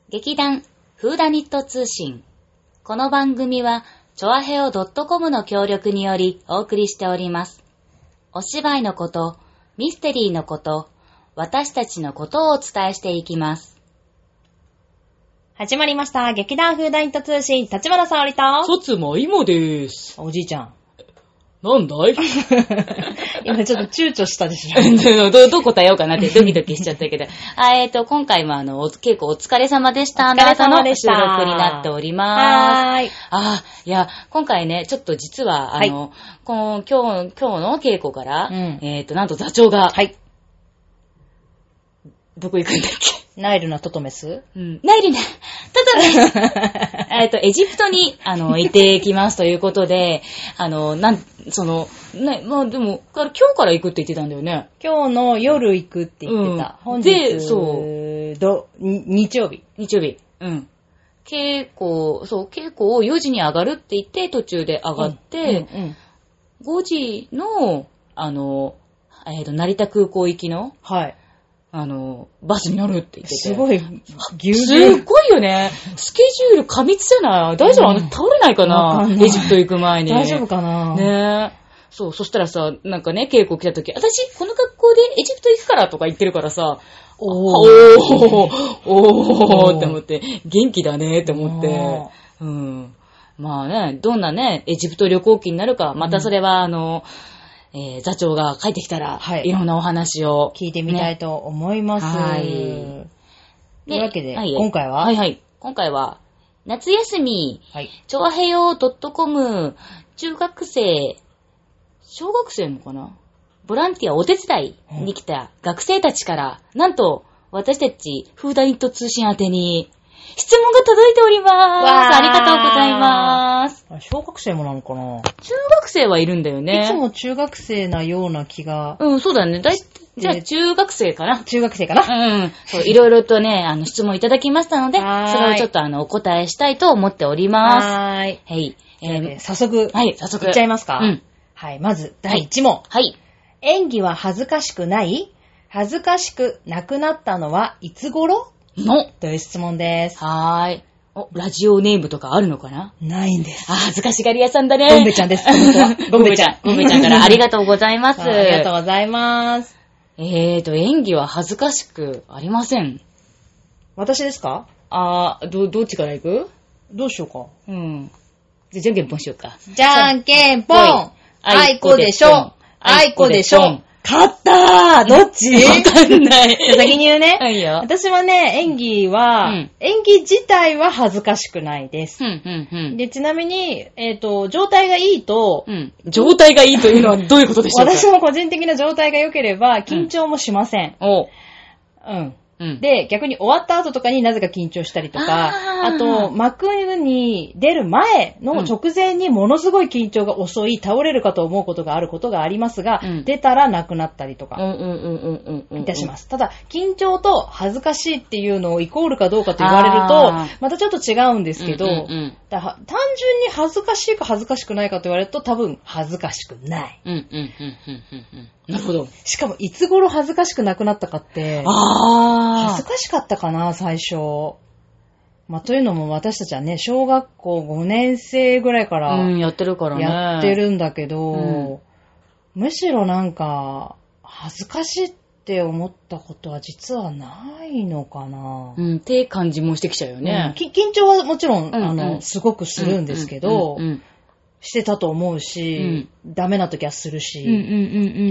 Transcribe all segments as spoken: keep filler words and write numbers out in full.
劇団フーダニット通信。この番組はチョアヘオ .com の協力によりお送りしております。お芝居のこと、ミステリーのこと、私たちのことをお伝えしていきます。 始まりました。劇団フーダニット通信、立花沙織とさつまいもです。 おじいちゃん。 なんだい今ちょっと躊躇したでしょ。 ど、どう答えようかなってドキドキしちゃったけど。あえっと、今回もあの、結構お疲れ様でした。 お疲れ様でした。 収録になっております。 はーい。 あ、いや、今回ね、ちょっと実は、あの、はい、この今日、今日の稽古から、うん、えっと、なんと座長が、 はい。 どこ行くんだっけ？ ナイルのトトメス？ うん。ナイルな、トトメスえっと、エジプトに、あの、行ってきますということで、あの、なん、その、ね、まあでも、今日から行くって言ってたんだよね。 今日の夜行くって言ってた。うん、本日、で、そう。ど、日曜日。 日曜日。うん。稽古、そう、稽古をよじに上がるって言って、途中で上がって、うんうんうん、ごじの、あの、えっと、成田空港行きの、 はい。 あの、バスに乗るって言ってて。 すごい、ぎゅうぎゅう。 すっごいよね。スケジュール過密じゃない？大丈夫？うん、あの倒れないかな？エジプト行く前に。 大丈夫かな？ ねえ。そう、そしたらさ、なんかね、稽古来た時、私、この格好でエジプト行くからとか言ってるからさ、おー、おー、おーって思って、元気だねって思って、うん。まあね、どんなね、エジプト旅行記になるか、またそれは、あの、えー、座長が帰ってきたら、はい、いろんなお話を、 聞いてみたいと思います。ね、はい。というわけで、はい、今回ははいはい。今回は、夏休み、はい、チョアヘヨ .com 中学生、小学生のかな？ボランティアお手伝いに来た学生たちから、うん、なんと、私たち、フーダニット通信宛てに、質問が届いております。ありがとうございます。 小学生もなのかな？ 中学生はいるんだよね。 いつも中学生なような気が。 うん、そうだね。だいじゃあ中学生かな。 中学生かな。 うん。そう、いろいろとね、あの、質問いただきましたので、それをちょっとあの、お答えしたいと思っております。 はーい。 はい。 えー、早速。 はい、早速。 いっちゃいますか？ うん。 はい、まず、だいいち問。 はい。 演技は恥ずかしくない？恥ずかしくなくなったのはいつ頃？ のという質問です。 はーい。お、ラジオネームとかあるのかな？ ないんです。 あ、恥ずかしがり屋さんだね。 ゴンベちゃんです。 ゴンベちゃん。ゴンベちゃんからありがとうございます。 ありがとうございます。 えーと、演技は恥ずかしくありません。 私ですか？ あー、ど、どっちから行く？ どうしようか。 うん。じゃ、じゃんけんぽんしようか。 じゃんけんぽん。あいこでしょ。あいこでしょ。勝ったー！どっち？ わかんない。 先に言うね。 はいよ。 私はね、演技は、うん、演技自体は恥ずかしくないです。 うんうんうん、 で、ちなみに、えっと、状態がいいと、 うん、状態がいいというのはどういうことでしょうか？ 私も個人的な状態が良ければ、緊張もしません。 うん、おうん。うん、で、逆に終わった後とかになぜか緊張したりとか、あ, あと、幕に出る前の直前にものすごい緊張が遅い、倒れるかと思うことがあることがありますが、うん、出たらなくなったりとか、いたします。ただ、緊張と恥ずかしいっていうのをイコールかどうかと言われると、またちょっと違うんですけど、うんうんうん、だ単純に恥ずかしいか恥ずかしくないかと言われると、多分恥ずかしくない。 うんうんうんうんうん、なるほど。 しかも、いつ頃恥ずかしくなくなったかって、 あー恥ずかしかったかな、最初。まあ、というのも私たちはね、小学校ごねん生ぐらいから、 うん、やってるからね。 やってるんだけど、うん、むしろなんか、恥ずかしいって思ったことは実はないのかな。 うん、って感じもしてきちゃうよね。 うん、緊張はもちろん、うんうん、あの、すごくするんですけど、うんうんうんうんしてたと思うし、うん、ダメな時はするし、 うんうんうんうん、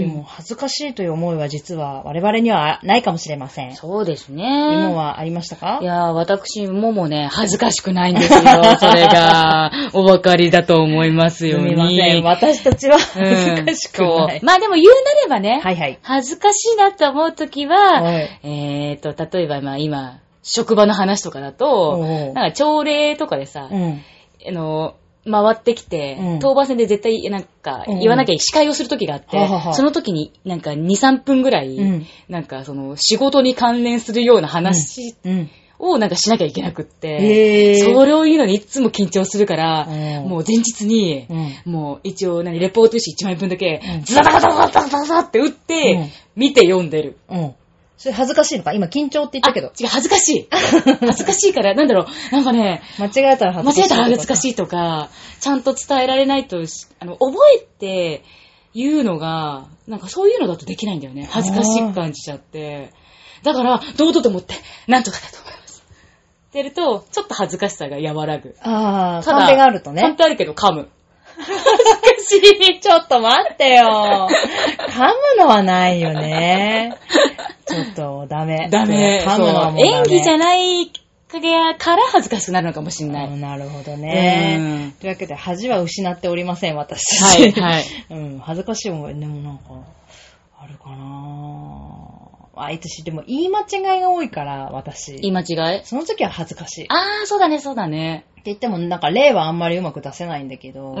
でも恥ずかしいという思いは実は我々にはないかもしれません。 そうですね。 今はありましたか？ いやー、私ももね、恥ずかしくないんですよ。それが、お分かりだと思いますように。 すみません。私たちは恥ずかしくない。 うん、まあでも言うなればね、 はいはい、 恥ずかしいなと思う時は、はい、えーと、例えばまあ今、職場の話とかだと、なんか朝礼とかでさ、うん、あの、回ってきて、うん、当番戦で絶対なんか言わなきゃ司会をする時があって、うん、その時になんかに、さんぷんぐらい、うん、なんかその仕事に関連するような話をなんかしなきゃいけなくって、うん、それを言うのにいつも緊張するから、うん、もう前日に、うん、もう一応何レポート紙いちまいぶんだけ、ズザザザザザザザって打って、うん、見て読んでる。 うんそれ恥ずかしいのか？今緊張って言ったけど。 違う、恥ずかしい。恥ずかしいから、なんだろう、なんかね、 間違えたら恥ずかしい。 間違えたら恥ずかしいとか、ちゃんと伝えられないと、あの、覚えて言うのが、なんかそういうのだとできないんだよね。恥ずかしく感じちゃって。だから、堂々と思って、なんとかだと思います。ってやると、ちょっと恥ずかしさが和らぐ。 ああ、カンペがあるとね。 カンペあるけど噛む。恥ずかしい。 ちょっと待ってよ。噛むのはないよね。ちょっとダメ。 ダメ。 噛むのはもうダメ。 演技じゃないから恥ずかしくなるのかもしれない。 なるほどね。というわけで、恥は失っておりません、私。 はい、はい。 うん、恥ずかしい思い。でもなんか、あるかなあ、私、でも言い間違いが多いから、私。 言い間違い？ その時は恥ずかしい。 あー、そうだね、そうだね。 って言っても、なんか例はあんまりうまく出せないんだけど、 うんうんうん。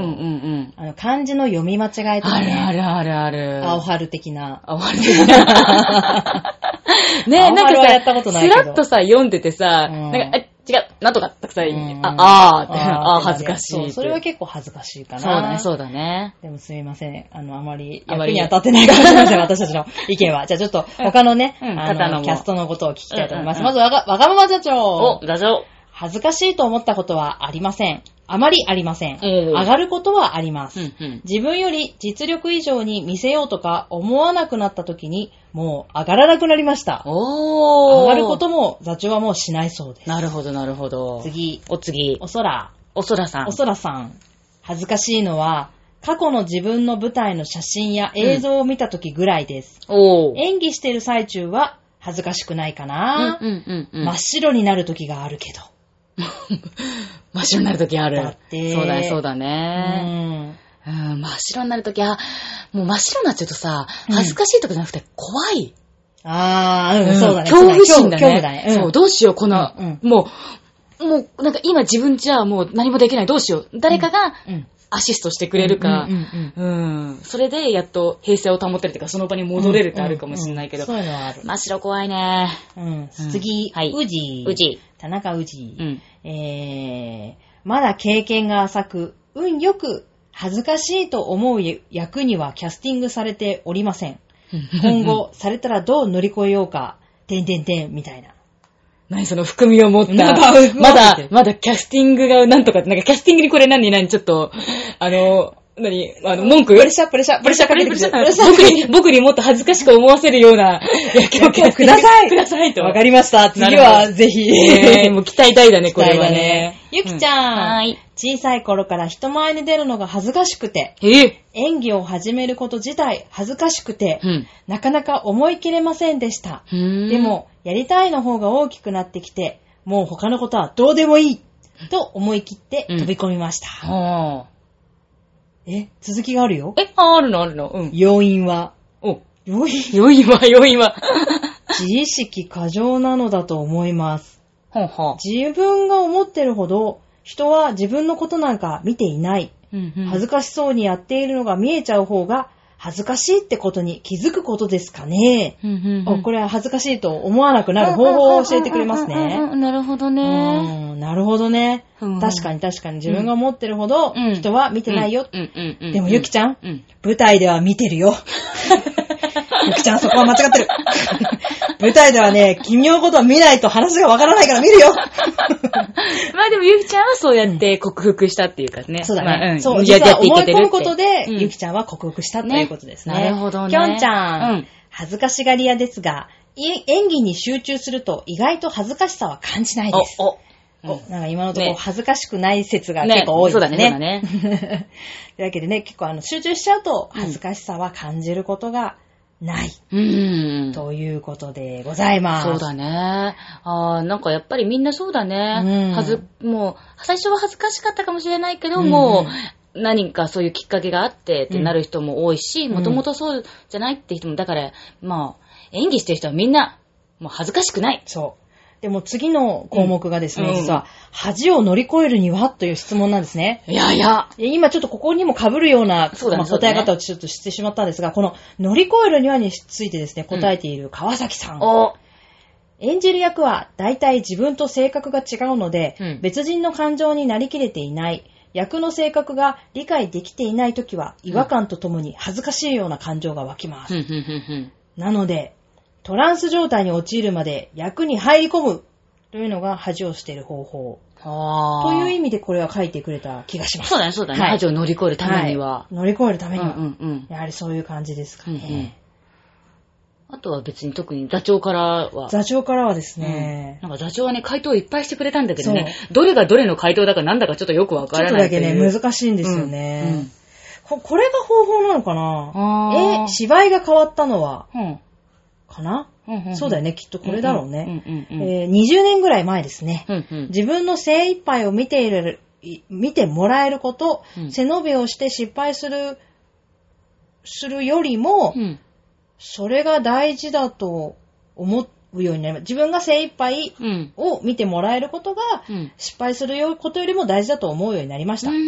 あの、漢字の読み間違いとかね。 あるあるあるある。 青春的な。 青春的な。ねえ、なんかさ、 やったことないけどスラッとさ、読んでてさ、うん、なんか、違う、なんとかたくさん、うん、あ、あーって、あー恥ずかしいそう。それは結構恥ずかしいかな。 そうだね、そうだね。 でもすみません。あの、あまり役に当たってないかもしれません、私たちの意見は。じゃあちょっと他のね、うん、あの、キャストのことを聞きたいと思います。うんうんうん、まずわが、わがまま座長。 お、座長。 恥ずかしいと思ったことはありません。あまりありません。上がることはあります、うんうん。自分より実力以上に見せようとか思わなくなった時に、もう上がらなくなりました。 おー。 上がることも座長はもうしないそうです。 なるほど、なるほど。 次。 お次。 おそら。 おそらさん。 おそらさん。恥ずかしいのは、過去の自分の舞台の写真や映像を見た時ぐらいです。うん、おー。演技している最中は恥ずかしくないかな、うんうんうんうん、真っ白になる時があるけど。 真っ白になるときある。 だって。 そうだね、そうだね。うん。うん、真っ白になるとき、あ、もう真っ白になっちゃうとさ、恥ずかしいとかじゃなくて怖い。 うん、ああ、うん、そうだね。 恐怖心だね。 恐怖だね。 うん、そう、どうしよう、この、うんうん、もう、もう、なんか今自分じゃもう何もできない、どうしよう。誰かが、アシストしてくれるか、うんうんうんうん、それでやっと平静を保てるというか、その場に戻れるってあるかもしれないけど、 うんうんうん、そういうのはある。 真っ白怖いね。 うん、次、はい、宇治。 宇治。 田中宇治。うん、えー、まだ経験が浅く、運よく恥ずかしいと思う役にはキャスティングされておりません。今後、されたらどう乗り越えようか、てんてんてんみたいな。 何その含みを持った。まだ、まだキャスティングがなんとかって、なんかキャスティングにこれ何何ちょっと、あの、何あの、文句プレッシャー、プレッシャー、プレッシャーかけてくる。 僕に、僕にもっと恥ずかしく思わせるような役をくださいくださいと。 わかりました。次はぜひ。 えー、もう期待大だね、これはね。 ゆきちゃん、うん、はい。小さい頃から人前に出るのが恥ずかしくて、 え演技を始めること自体恥ずかしくて、うん、なかなか思い切れませんでした。でも、やりたいの方が大きくなってきて、もう他のことはどうでもいいと思い切って飛び込みました。うんえ、続きがあるよ。 え、あ、あるのあるの。うん。 要因は。 お、 要因要因は、要因は。 自意識過剰なのだと思います。 はあはあ、 自分が思ってるほど、人は自分のことなんか見ていない、うんうん。恥ずかしそうにやっているのが見えちゃう方が、恥ずかしいってことに気づくことですかね。うんうんうん、これは恥ずかしいと思わなくなる方法を教えてくれますね。 なるほどね。 うんなるほどね、うん。確かに確かに自分が思ってるほど人は見てないよ。でもゆきちゃん、うん、舞台では見てるよ。ゆきちゃんそこは間違ってる。舞台ではね、君のことを見ないと話がわからないから見るよ。 まあでもゆきちゃんはそうやって克服したっていうかね。 そうだね。 まあ、 うん、そう、実は思い込むことで、うん、ゆきちゃんは克服したということですね。 ねなるほどね。 きょんちゃん、うん、恥ずかしがり屋ですが、演技に集中すると意外と恥ずかしさは感じないです。おおおなんか今のところ恥ずかしくない説が結構多いですね。ねそうだね。そうだね。というわけでね、結構あの集中しちゃうと恥ずかしさは感じることがない。うん。ということでございます。 そうだね。ああ、なんかやっぱりみんなそうだね。うん。はず、もう、最初は恥ずかしかったかもしれないけど、うん、もう、何かそういうきっかけがあってってなる人も多いし、もともとそうじゃないって人も、だから、まあ、演技してる人はみんな、もう恥ずかしくない。 そう。でも次の項目がですね、うん、実は、恥を乗り越えるにはという質問なんですね。 いやいや。 今ちょっとここにも被るような、そうだね、まあ、答え方をちょっとしてしまったんですが、この乗り越えるにはについてですね、答えている川崎さん。うん、お演じる役は大体自分と性格が違うので、うん、別人の感情になりきれていない。役の性格が理解できていないときは違和感とともに恥ずかしいような感情が湧きます。うん、なので、 トランス状態に陥るまで役に入り込むというのが恥を捨てる方法。という意味でこれは書いてくれた気がします。 そうだね、そうだね。はい、恥を乗り越えるためには。はい、 乗り越えるためには、 うんうんうん。 やはりそういう感じですかね。うんうん、 あとは別に特に座長からは。 座長からはですね、 うん、なんか座長はね、回答をいっぱいしてくれたんだけどね、どれがどれの回答だかなんだかちょっとよくわからない。 ちょっとだけね、難しいんですよね。うんうんこ。これが方法なのかなえ、芝居が変わったのは、うん、かな、うんうんうん、そうだよね、きっとこれだろうね。にじゅうねんぐらい前ですね、うんうん。自分の精一杯を見ている、見てもらえること、うん、背伸びをして失敗する、するよりも、うんそれが大事だと思うようになります。自分が精一杯を見てもらえることが、うん、失敗することよりも大事だと思うようになりました。うん、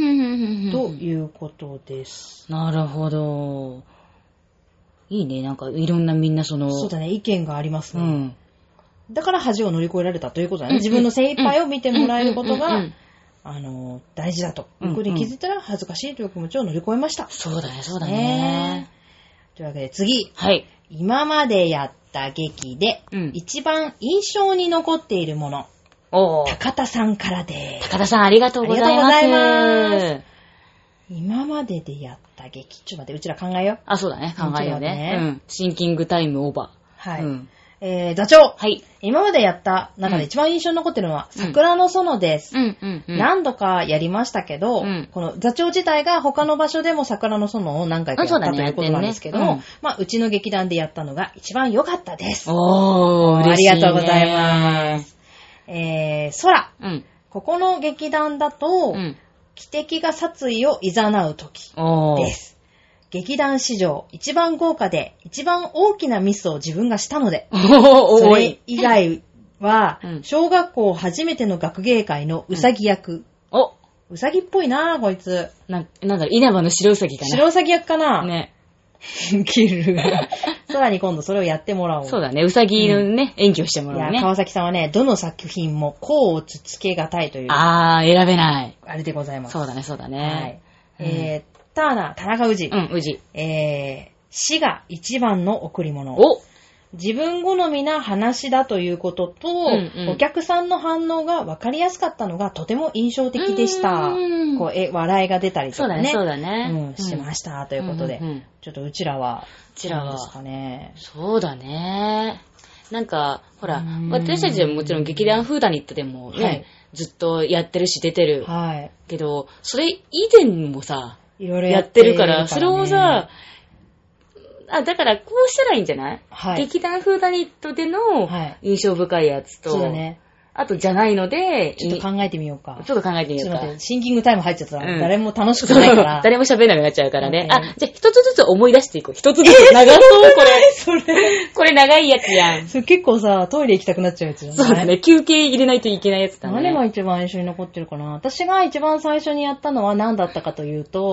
ということです。 なるほど。いいね。なんかいろんなみんなその。 そうだね。意見がありますね。うん、だから恥を乗り越えられたということだね。うん、自分の精一杯を見てもらえることが、あの、大事だと。いうことに気づいたら恥ずかしいという気持ちを乗り越えました。 そうだね、そうだね。 というわけで次、 はい、 今までやった劇で、うん、一番印象に残っているもの、 お高田さんからです。 高田さんありがとうございます。ありがとうございます。 今まででやった劇、ちょっと待って、うちら考えよう。 あ、そうだね、考えようね。ねうん、シンキングタイムオーバー。はい。うんえー、座長、 はい、 今までやった中で一番印象に残ってるのは、うん、桜の園です、 うんうんうん。 何度かやりましたけど、うん、この座長自体が他の場所でも桜の園を何回かやった、ね、ということなんですけども、ねうんまあ、うちの劇団でやったのが一番良かったです。 おー、嬉しいね。 ありがとうございます。えー、空、うん、ここの劇団だと、うん、汽笛が殺意を誘う時です。劇団史上一番豪華で一番大きなミスを自分がしたので、それ以外は、小学校初めての学芸会のうさぎ役。 うん、おうさぎっぽいなぁ、こいつ。 な、なんだろ、稲葉の白うさぎかな。 白うさぎ役かなね。 キル。さらに今度それをやってもらおう。 そうだね、うさぎのね、うん、演技をしてもらうね。いや、 川崎さんはね、どの作品も甲をつつけがたいという。 あー、選べない。 あれでございます。 そうだね、そうだね。 はい。うん、えーターナー、田中氏。 うん、氏。 えー、死が一番の贈り物。 お自分好みな話だということと、うんうん、お客さんの反応が分かりやすかったのがとても印象的でした。こうえ笑いが出たりとかね。 そうだね、そうだね。 うん、しました、うん、ということで、うんうんうん。ちょっとうちらは、 うちらは、 ですかね。 そうだね。なんか、ほら、私たちはもちろん劇団フーダニットでもね、はい、ずっとやってるし出てる。 はい。 けど、それ以前もさ、いろいろやってるから、それをさ、あ、だからこうしたらいいんじゃない？はい。劇団フーダニットでの印象深いやつと、 そうだね。 あとじゃないので、 ちょっと考えてみようか。 ちょっと考えてみようか。 ちょっと待って、シンキングタイム入っちゃったら、うん、誰も楽しくないから。 誰も喋んなくなっちゃうからね。あ、じゃあ一つずつ思い出していこう。一つずつ長そう、これ。 それ。 これ長いやつやん。 それ結構さ、トイレ行きたくなっちゃうやつよね。 そうだね。休憩入れないといけないやつだね。 何が一番印象に残ってるかな。私が一番最初にやったのは何だったかというと、 うんうん。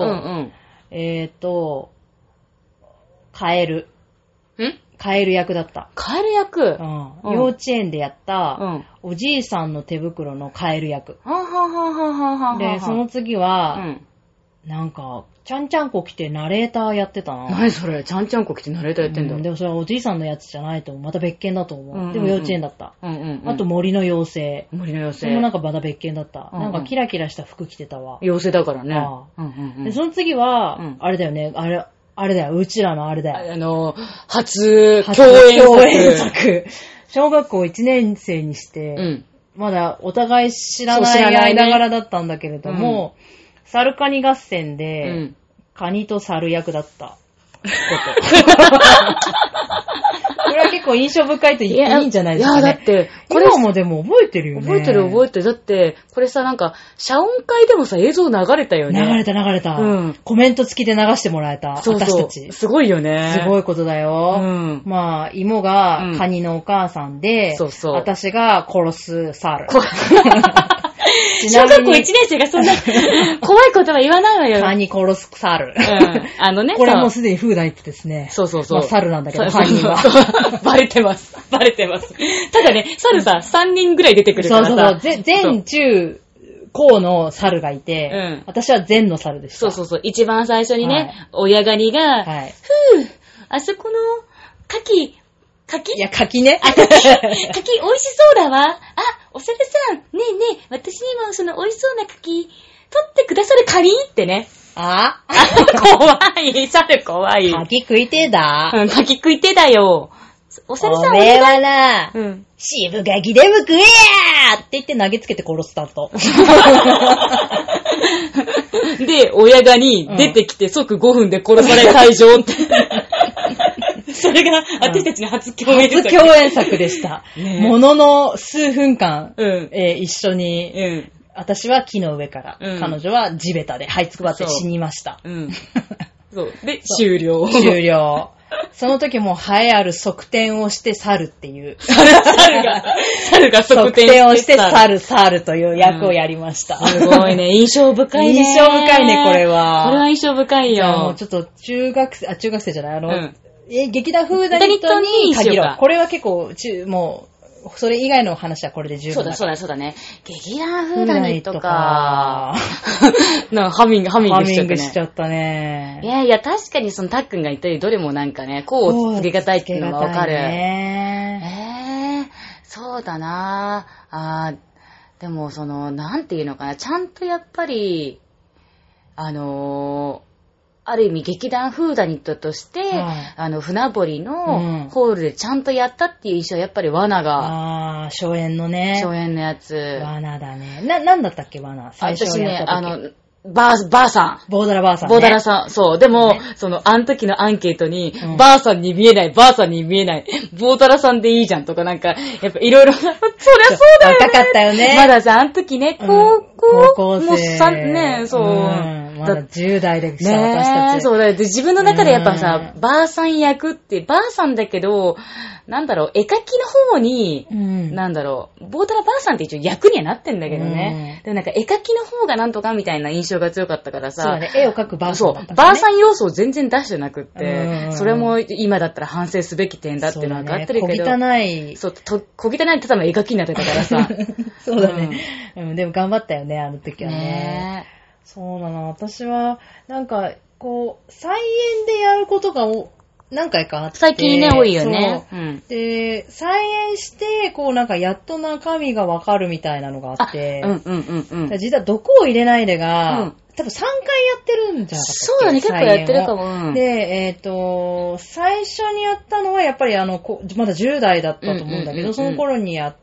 えーと、カエル。 んカエル役だった。 カエル役、 うんうん、幼稚園でやった、うん、おじいさんの手袋のカエル役。 はははははで、その次は、うん、なんか、ちゃんちゃんこ着てナレーターやってたな。 何それちゃんちゃんこ着てナレーターやってんだ、うん、 でもそれはおじいさんのやつじゃないと思う。また別件だと思う。うんうんうん、でも幼稚園だった。 うんうんうん、 あと森の妖精。 森の妖精。 それもなんかまた別件だった、うんうん。なんかキラキラした服着てたわ。 妖精だからね。 ああうんうんうん、でその次は、うん、あれだよね。あれ、あれだよ。うちらのあれだよ。 あの、初共演作。共演作。 小学校いちねん生にして、うん、まだお互い知らない間柄だったんだけれども、うん、サルカニ合戦で、うん、カニとサル役だったこと。これは結構印象深いと言っていいんじゃないですかね。 いや、だって、 これ今もでも覚えてるよね。 覚えてる覚えてる。だって、これさ、なんか、謝恩会でもさ、映像流れたよね。 流れた流れた。うん。コメント付きで流してもらえた。そうそう私たち。 すごいよね。 すごいことだよ。うん。まあ、芋がカニのお母さんで、うん、そうそう。私が殺す猿。 小学校いちねん生がそんな怖い言葉言わないわよ。 カニ殺す猿。 うん。あのね。 これはもうすでにフーダニットですね。 そうそうそう。 まあ、猿なんだけど、カニは。 バレてます。バレてます。ただね、猿さ、さんにんぐらい出てくるからさ。 そうそうそう。全中高の猿がいて、うん、私は全の猿でした。 そうそうそう。一番最初にね、はい、親ガニが、はい、ふぅ、あそこの牡蠣、 柿いや、柿ね。 あ、柿、柿美味しそうだわ。あ、お猿さん、ねえねえ、私にもその美味しそうな柿、取ってくださる仮ってね。 あ怖い。猿怖い。 柿食いてえだ。 うん、柿食いてだよ。お猿さんおめえはな、 うん。 渋柿でも食えやーって言って投げつけて殺したと。 で、親ガに出てきて即ごふんで殺され退場って。それが私たちの初共演作。 初共演作でした。ものの数分間、 うんえー、一緒に、 うん、 私は木の上から、 うん、 彼女は地べたで這いつくばって死にました。 そう。うん、そうで、終了。 終了。その時も栄えある側転をして去るっていう。 猿が、猿が側転して側転をして去る去るという役をやりました。 うん、すごいね。印象深いね。 印象深いね、これは。 これは印象深いよ。 じゃあもうちょっと中学生、あ、中学生じゃないあの、うん、え、劇団フーダニットに限ろう。これは結構、中、もう、それ以外の話はこれで十分だ。 そうだ、そうだ、そうだね。劇団フーダニットか。なんかハミング、ハミングしちゃったね。ハミングしちゃったね。 いやいや、確かにそのタックンが言ったよりどれもなんかね、こうつけがたいっていうのがわかる。ね、えー、そうだなあ。でもその、なんていうのかな、ちゃんとやっぱり、あのー、ある意味劇団フーダニットとして、はい、あの、船堀のホールでちゃんとやったっていう印象はやっぱり罠が。 ああ、初演のね。 初演のやつ。 罠だね。な、なんだったっけ罠最初私ね、あの、ばあ、ばあさん。 ボーダラばあさん、ね。 ボーダラさん。そう。でも、ね、その、あの時のアンケートに、うん、ばあさんに見えない、ばあさんに見えない、ボーダラさんでいいじゃんとかなんか、やっぱいろいろ、そりゃそうだよね。 若かったよね。 まださ、あの時ね、高校、 うん、高校生。 もうさんね、そう。うんまだじゅう代でした、 ね、 私たち。 そうだよ。で、自分の中でやっぱさ、ばあさん役って、ばあさんだけど、なんだろう、絵描きの方に、うん、なんだろう、ボーダラばあさんって一応役にはなってんだけどね。うん、でもなんか絵描きの方がなんとかみたいな印象が強かったからさ。 そうだね、絵を描くばあさんだった、ね。 そう、ばあさん要素を全然出してなくって、それも今だったら反省すべき点だっていうのは分かってるけど。 そうだね、小汚い。 そう、と小汚いただの絵描きになってたからさ。 そうだね、うん。でも頑張ったよね、あの時はね。ねそうだな、私は、なんか、こう、再演でやることが何回かあって。 最近ね、多いよね。 うん、で、再演して、こうなんかやっと中身がわかるみたいなのがあって。 うんうんうんうん。 実は毒を入れないでが、うん、多分さんかいやってるんじゃなかったっけ？ そうだね、結構やってるかも。 で、えっと、最初にやったのはやっぱりあの、まだじゅう代だったと思うんだけど、うんうんうんうん、その頃にやって、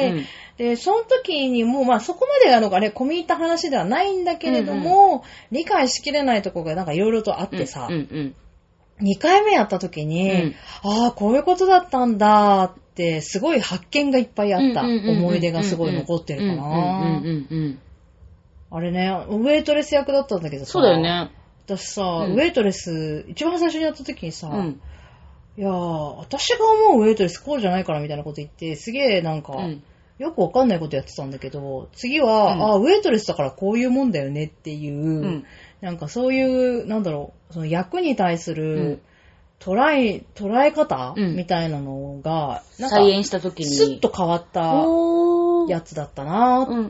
うん、で、その時にもう、まあそこまであの、あれ、込み入った話ではないんだけれども、うんうん、理解しきれないところがなんかいろいろとあってさ、うんうんうんにかいめやった時に、うん、ああ、こういうことだったんだって、すごい発見がいっぱいあった。思い出がすごい残ってるかな。あれね、ウェイトレス役だったんだけどさ。 そうだよね。 私さ、うん、ウェイトレス、一番最初にやった時にさ、うん、いやー、私が思うウェイトレスこうじゃないからみたいなこと言って、すげえなんか、うん、よくわかんないことやってたんだけど、次は、うん、ああ、ウェイトレスだからこういうもんだよねっていう、うんなんかそういう、なんだろう、その役に対する捉え、捉え方、うん、みたいなのが、 なんか、再演した時に、 スッと変わったやつだったなーって、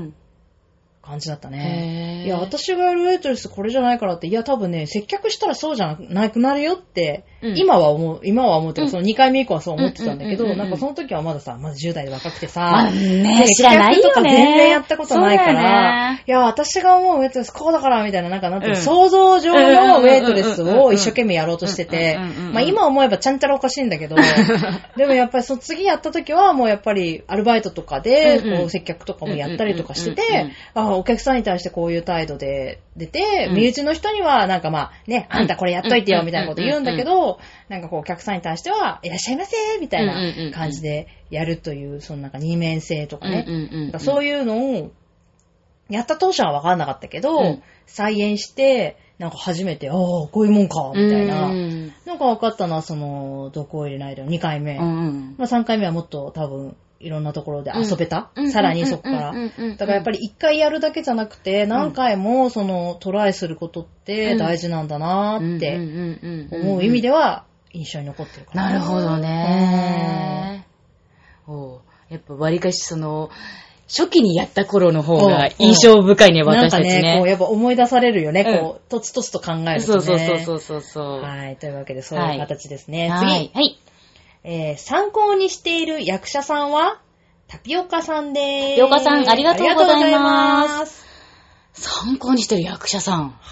感じだったね。いや、私がやるウェイトレスこれじゃないからって、いや、多分ね、接客したらそうじゃなくなるよって、うん、今は思う、今は思ってる、うん、そのにかいめ以降はそう思ってたんだけど、なんかその時はまださ、まだじゅう代で若くてさ、 まあね、知らないよね。接客とか全然やったことないから、ね、いや、私が思うウェイトレスこうだから、みたいな、なんかなんていうの、うん、想像上のウェイトレスを一生懸命やろうとしてて、まあ今思えばちゃんちゃらおかしいんだけど、でもやっぱりその次やった時はもうやっぱりアルバイトとかで、こう接客とかもやったりとかしてて、あ、お客さんに対してこういう態度で出て、うん、身内の人にはなんかまあね、あんたこれやっといてよみたいなこと言うんだけど、なんかこうお客さんに対してはいらっしゃいませみたいな感じでやるという、そのなんか二面性とかね、そういうのをやった当初は分からなかったけど、うん、再演してなんか初めて、ああ、こういうもんかみたいな、なんか分かったのはその毒を入れないでにかいめ、うんまあ、さんかいめはもっと多分いろんなところで遊べた、うん、さらにそこから。だからやっぱり一回やるだけじゃなくて、何回もそのトライすることって大事なんだなーって思う意味では印象に残ってるかな。 なるほどね。おやっぱ割かしその、初期にやった頃の方が印象深いね、私たちね。なんかね、 こう、やっぱ思い出されるよね、うん、こう、とつとつと考えるとね。 そうそうそうそうそう。 はい、というわけでそういう形ですね。 はい、 次。 はい。 えー、参考にしている役者さんは、タピオカさんでーす。 タピオカさん、ありがとうございます。 ます参考にしてる役者さん。は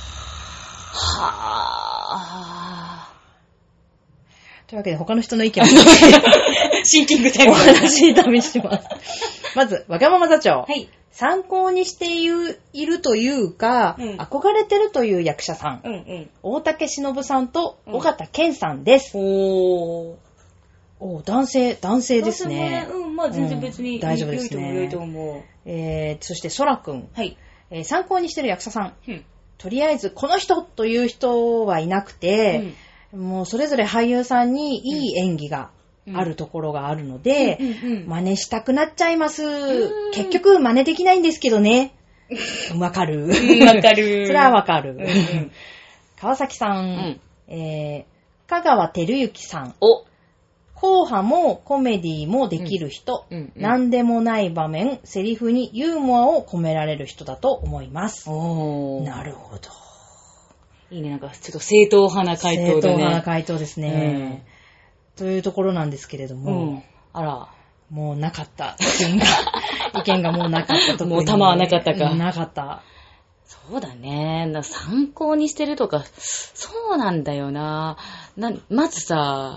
ぁ。 というわけで、他の人の意見をシンキングタイムお話に試します。まず、わがまま座長。 はい。 参考にしている、いるというか、うん、憧れてるという役者さん。うんうん、大竹しのぶさんと尾形健さんです。うん、おー。お男性、男性ですね。 うん、まあ全然別に、うん、 大丈夫ですね。 良いと思う。 えー、そしてそらくん。 はい。 えー、参考にしてる役者さん。うん、とりあえず、この人という人はいなくて、うん、もうそれぞれ俳優さんにいい演技があるところがあるので、うんうんうん、真似したくなっちゃいます。結局、真似できないんですけどね。わかる。 わかる。 それはわかる。うんうん、川崎さん、うん、えー、香川照之さん。 お硬派もコメディもできる人、うんうんうん、何でもない場面、セリフにユーモアを込められる人だと思います。 おー。 なるほど。 いいね、なんかちょっと正統派な回答だね。 正統派な回答ですね。うん、というところなんですけれども、うん、 あら、 もうなかった。意見が、意見がもうなかったところ。 もう弾はなかったか。 なかった。 そうだね。参考にしてるとか、そうなんだよな。なまずさ、うん、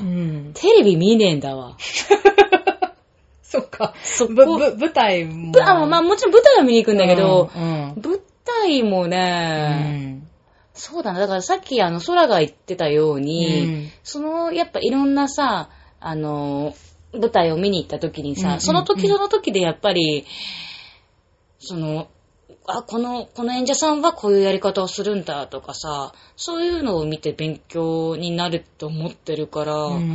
テレビ見ねえんだわ。 そっか。そこぶぶ舞台も。 あ、まあもちろん舞台は見に行くんだけど、うんうん、舞台もね、うん、そうだな。だからさっきあの空が言ってたように、うん、そのやっぱいろんなさ、あの、舞台を見に行った時にさ、うんうんうん、その時その時でやっぱり、その、あ、この、この演者さんはこういうやり方をするんだとかさ、そういうのを見て勉強になると思ってるから、うんうんうん、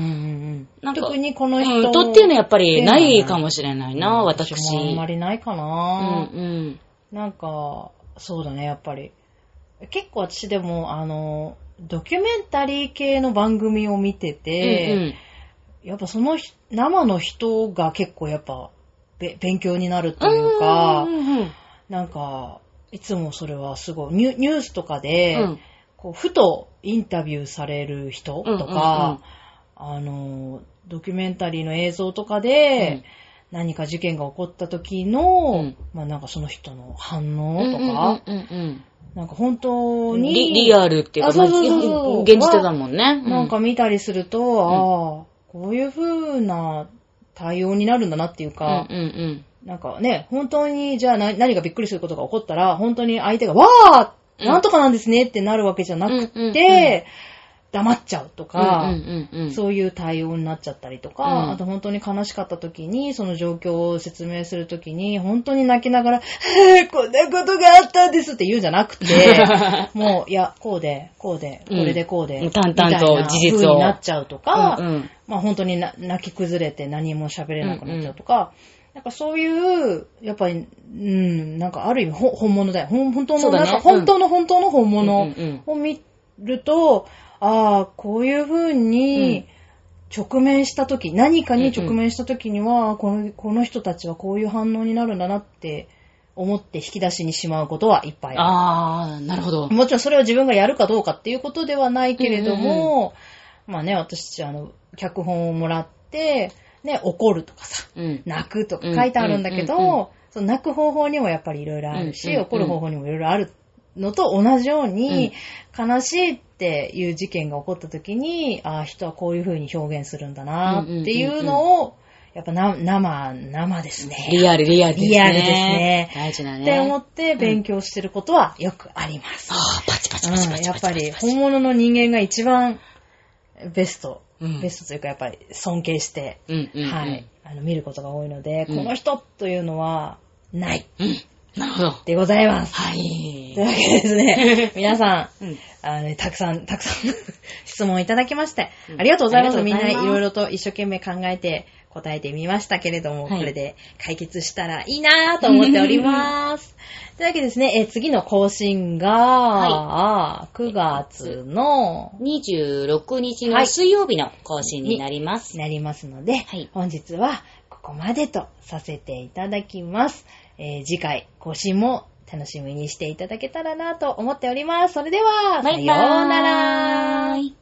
なんか特にこの人、 うん、とっていうのはやっぱりないかもしれないな、うん、私。 私もあんまりないかな、 うんうん、 なんか、そうだね、やっぱり。結構私でも、あの、ドキュメンタリー系の番組を見てて、うんうん、やっぱその生の人が結構やっぱ勉強になるというか、うんうんうん、なんか、いつもそれはすごい、ニュ、ニュースとかで、うん、こう、ふとインタビューされる人とか、うんうんうん、あの、ドキュメンタリーの映像とかで、うん、何か事件が起こった時の、うん、まあなんかその人の反応とか、 うんうんうんうん、 なんか本当に、 リ、リアルっていうか、 そうそうそうそう、 現実だもんね。 なんか見たりすると、うん、ああ、こういう風な対応になるんだなっていうか、 うんうんうんなんかね、本当に、じゃあ何何がびっくりすることが起こったら、本当に相手が、わー、なんとかなんですねってなるわけじゃなくて、うんうんうん、黙っちゃうとか、うんうんうんうん、そういう対応になっちゃったりとか、うん、あと本当に悲しかった時に、その状況を説明する時に、本当に泣きながら、へー、こんなことがあったんですって言うんじゃなくて、もう、いや、こうで、こうで、これでこうで、 うん、淡々と事実を。 になっちゃうとか、 うんうん、 まあ本当にな泣き崩れて何も喋れなくなっちゃうとか、うんうんなんかそういう、やっぱり、うん、なんかある意味本物だよ。本当の、ね、なんか本当の本当の本物を見ると、うんうんうん、ああ、こういう風に直面したとき、うん、何かに直面したときには、うんうん、この、この人たちはこういう反応になるんだなって思って引き出しにしまうことはいっぱいある。 ああ、なるほど。 もちろんそれを自分がやるかどうかっていうことではないけれども、うんうんうん、まあね、私、あの、脚本をもらって、ね、怒るとかさ、うん、泣くとか書いてあるんだけど、うんうんうんうん、その泣く方法にもやっぱりいろいろあるし、うんうんうん、怒る方法にもいろいろあるのと同じように、うん、悲しいっていう事件が起こった時に、ああ、人はこういう風に表現するんだなっていうのを、うんうんうんうん、やっぱな生、生ですね。 リアル、リアルですね。 リアルですね。 大事だね。 って思って勉強してることはよくあります。 うん、ああ、パチパチパチパチパチパチ、うん。 やっぱり本物の人間が一番ベスト。うん、ベストというかやっぱり尊敬して、うんうんうん、はい、あの見ることが多いので、うん、この人というのはない、 うん、なるほどでございます。 はい。 というわけでですね、皆さん、うん、あのね、たくさんたくさん質問いただきまして、うん、ありがとうございます。みんないろいろと一生懸命考えて答えてみましたけれども、はい、これで解決したらいいなぁと思っております。というわけでですね、え次の更新が、はい、くがつのにじゅうろくにちの水曜日の更新になります。 はい、なりますので、はい、本日はここまでとさせていただきます。えー、次回更新も楽しみにしていただけたらなと思っております。それでは、 バイバーイ。 さようなら。